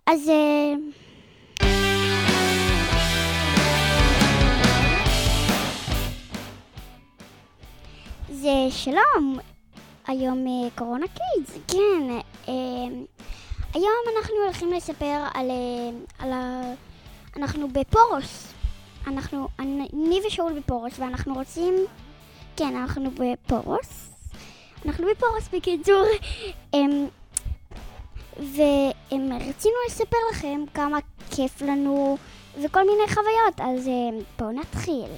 אז זה שלום, היום קורונה קידס, כן, היום אנחנו הולכים לספר אנחנו בפורוס, אני ושאול בפורוס, ואנחנו רוצים, כן, אנחנו בפורוס בקיצור, ורצינו לספר לכם כמה כיף לנו וכל מיני חוויות, אז בואו נתחיל.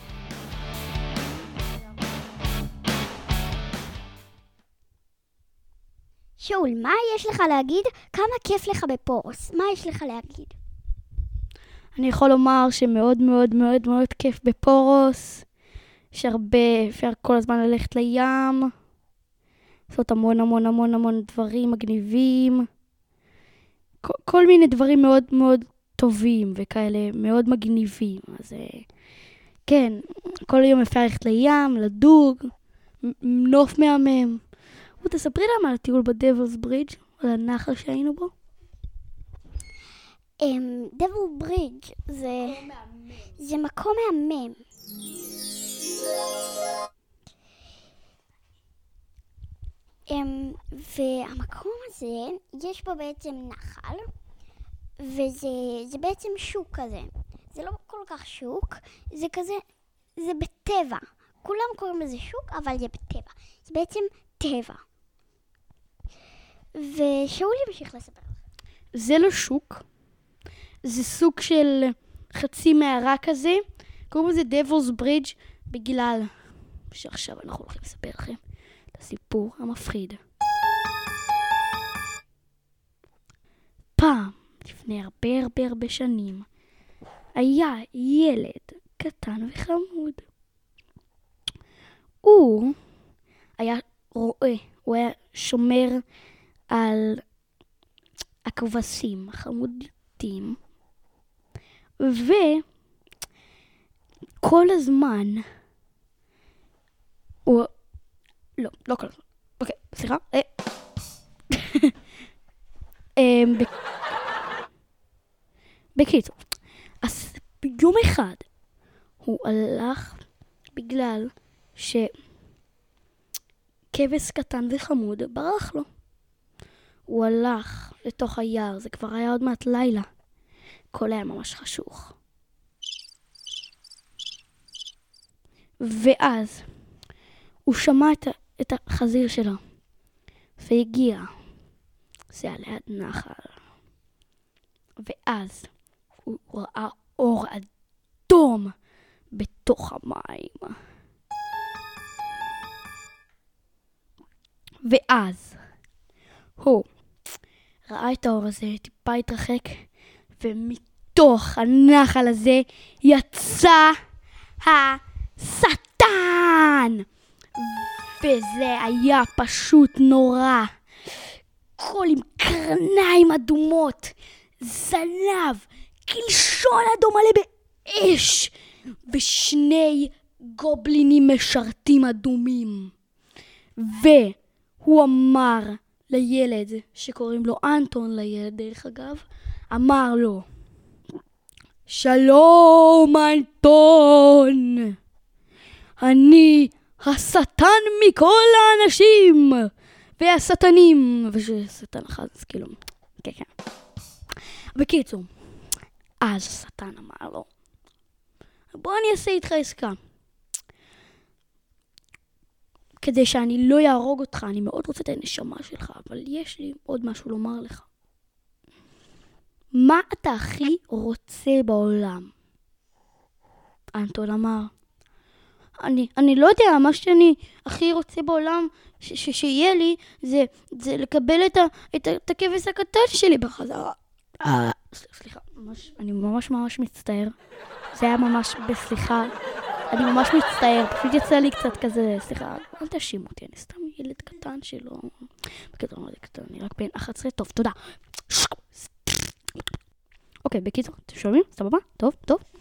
שאול, מה יש לך להגיד? כמה כיף לך בפורוס? מה יש לך להגיד? אני יכול לומר שמאוד מאוד מאוד מאוד כיף בפורוס. יש הרבה, אפשר כל הזמן ללכת לים. לעשות המון המון המון המון דברים מגניבים. כל מיני דברים מאוד מאוד טובים וכאלה, מאוד מגניבים. אז כן, כל יום אפשר ללכת לים, לדוג, נוף מהמם. ותספרי למה על הטיול בדבלס ברידג', על הנחל שהיינו בו. דבל ברידג' זה מקום מהמם. והמקום הזה, יש בו בעצם נחל, וזה בעצם שוק כזה. זה לא כל כך שוק, זה כזה, זה בטבע. כולם קוראים לזה שוק, אבל זה בטבע. זה בעצם טבע. ושאול ימשיך לספר. זה לא שוק, זה סוג של חצי מערה כזה, קוראים לזה דבלס ברידג' בגלל שעכשיו אנחנו הולכים לספר לכם את הסיפור המפחיד. פעם, לפני הרבה שנים, היה ילד קטן וחמוד. הוא היה רועה, הוא היה שומר על הכבשים החמודים, וכל הזמן הוא לא כל הזמן, אוקיי, סליחה, בקיצור, אז ביום אחד הוא הלך בגלל שכבש קטן וחמוד ברח לו. הוא הלך לתוך היער, זה כבר היה עוד מעט לילה. הכל היה ממש חשוך. ואז הוא שמע את החזיר שלו, והגיע. זה היה ליד נחל. ואז הוא ראה אור אדום בתוך המים. ואז הוא ראה את האור הזה, טיפה התרחק, ומתוך הנחל הזה יצא השטן. וזה היה פשוט נורא. כל עם קרניים אדומות, זנב, קלשון אדום מלא באש, ושני גובלינים משרתים אדומים. והוא אמר לילד, שקוראים לו אנטון, לילד דרך אגב, אמר לו, שלום אנטון, אני השטן מכל האנשים והשטנים, וששטן אחד, אז כאילו, כן. בקיצור, אז השטן אמר לו, בוא אני אעשה איתך עסקה. כדי שאני לא יהרוג אותך, אני מאוד רוצה את הנשמה שלך, אבל יש לי עוד משהו לומר לך. מה אתה הכי רוצה בעולם? אנטון אמר, אני לא יודע, מה שאני הכי רוצה בעולם שיהיה לי, זה לקבל את הכבש הקטן שלי בחזרה. סליחה, אני ממש מצטער. זה היה ממש בסליחה. אני ממש מצטער, פשוט יצא לי קצת כזה, סליחה, אל תאשים אותי, אני סתם ילד קטן שלו. בקיצור, אני רק בן 11, טוב, תודה. אוקיי, בקיצור, אתם שומעים? סבבה? טוב.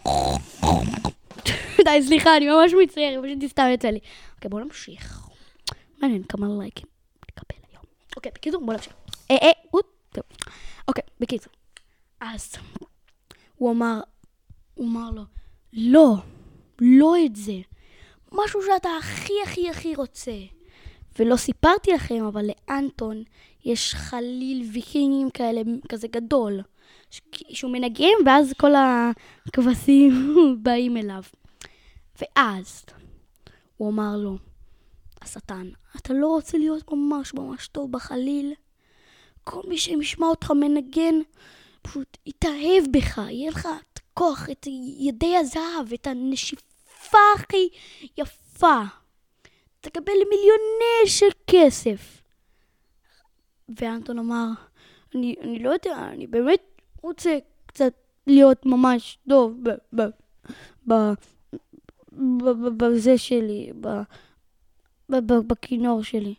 די, סליחה, אני ממש מצטער, פשוט תסתם יצא לי. אוקיי, בואו נמשיך. מעניין כמה לייקים נקבל היום. אוקיי, בקיצור, בואו נמשיך. טוב. אוקיי, בקיצור. אז הוא אמר לו, לא את זה. משהו שאתה הכי רוצה. ולא סיפרתי לכם, אבל לאנטון יש חליל ויקינגים כאלה, כזה גדול, שהוא מנגן, ואז כל הכבשים באים אליו. ואז הוא אמר לו, השטן, אתה לא רוצה להיות ממש טוב בחליל? כל מי שמשמע אותך מנגן, פשוט יתאהב בך, יהיה לך את הכוח, את ידי הזהב, את הנשיפה הכי יפה. תקבל מיליוני של כסף. ואנטון אמר, אני לא יודע, אני באמת רוצה קצת להיות ממש טוב בזה שלי, בכינור שלי.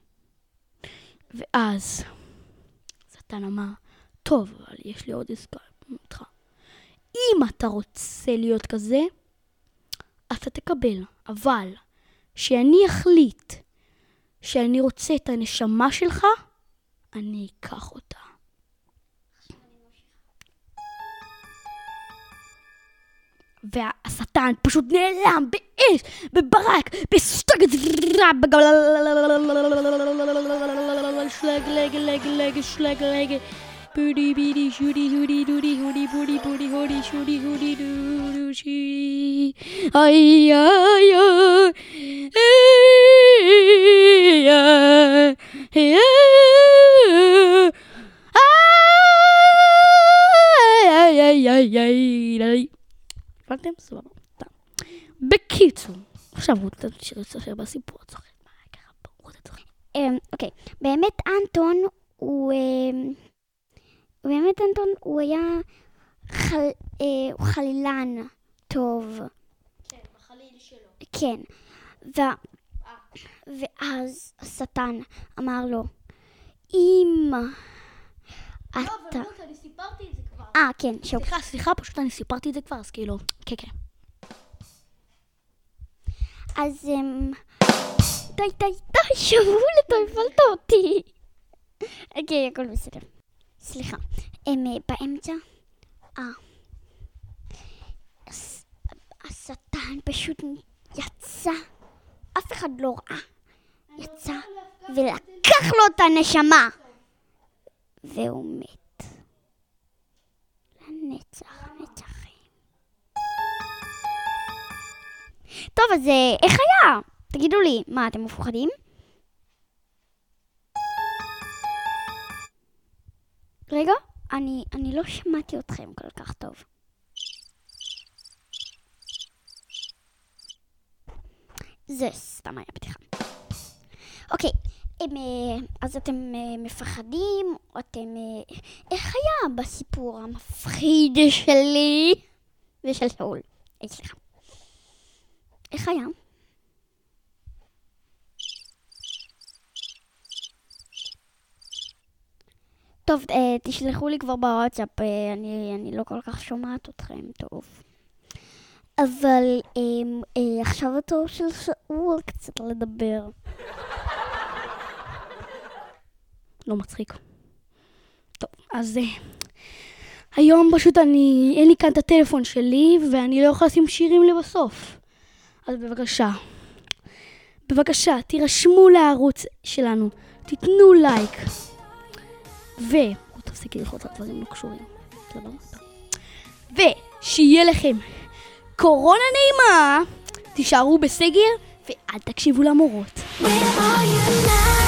ואז השטן אמר, טוב, אבל יש לי עוד עסקה איתך. אם אתה רוצה להיות כזה, אתה תקבל, אבל שאני אחליט שאני רוצה את הנשמה שלך, אני אקח אותה. והשטן פשוט נעלם באש, בברק, בסטגת שלג בודי בידי שודי הודי דודי הודי בודי בודי הודי שודי הודי דודו שי איי איי איי הבנתם? סבבה. בקיצור, עכשיו הוא תמשיך לספר בסיפור, צוחק. מה ככה ברור, אתה צוחק. אוקיי, באמת אנטון הוא היה חלילן טוב. כן, בחליל שלו. כן. ואז השטן אמר לו, אם אתה... לא, אבל אני סיפרתי את זה כבר. כן, שוב. סליחה, פשוט אני סיפרתי את זה כבר, אז כאילו, כן. אז די, שבול, אתה הפלת אותי. אוקיי, הכל בסדר. סליחה. באמצע, השטן פשוט יצא, אף אחד לא ראה. יצא ולקח לו את הנשמה. והוא מת. לנצח נצחים. טוב, אז איך היה? תגידו לי, מה, אתם מפוחדים? רגע, אני לא שמעתי אתכם כל כך טוב. זה סתם היה פתיחה. אוקיי, אז אתם מפחדים, או אתם... איך היה בסיפור המפחיד שלי ושל שאול? סליחה. איך היה? טוב, תשלחו לי כבר בוואטסאפ, אני לא כל כך שומעת אתכם טוב. אבל עכשיו התור של שאול קצת לדבר. לא מצחיק. טוב, אז היום פשוט אין לי כאן את הטלפון שלי, ואני לא יכולה לשים שירים לבסוף. אז בבקשה, תירשמו לערוץ שלנו, תיתנו לייק. תפסיקי ללחוץ על דברים לא קשורים. ושיהיה לכם קורונה נעימה, תישארו בסגר ואל תקשיבו למורות.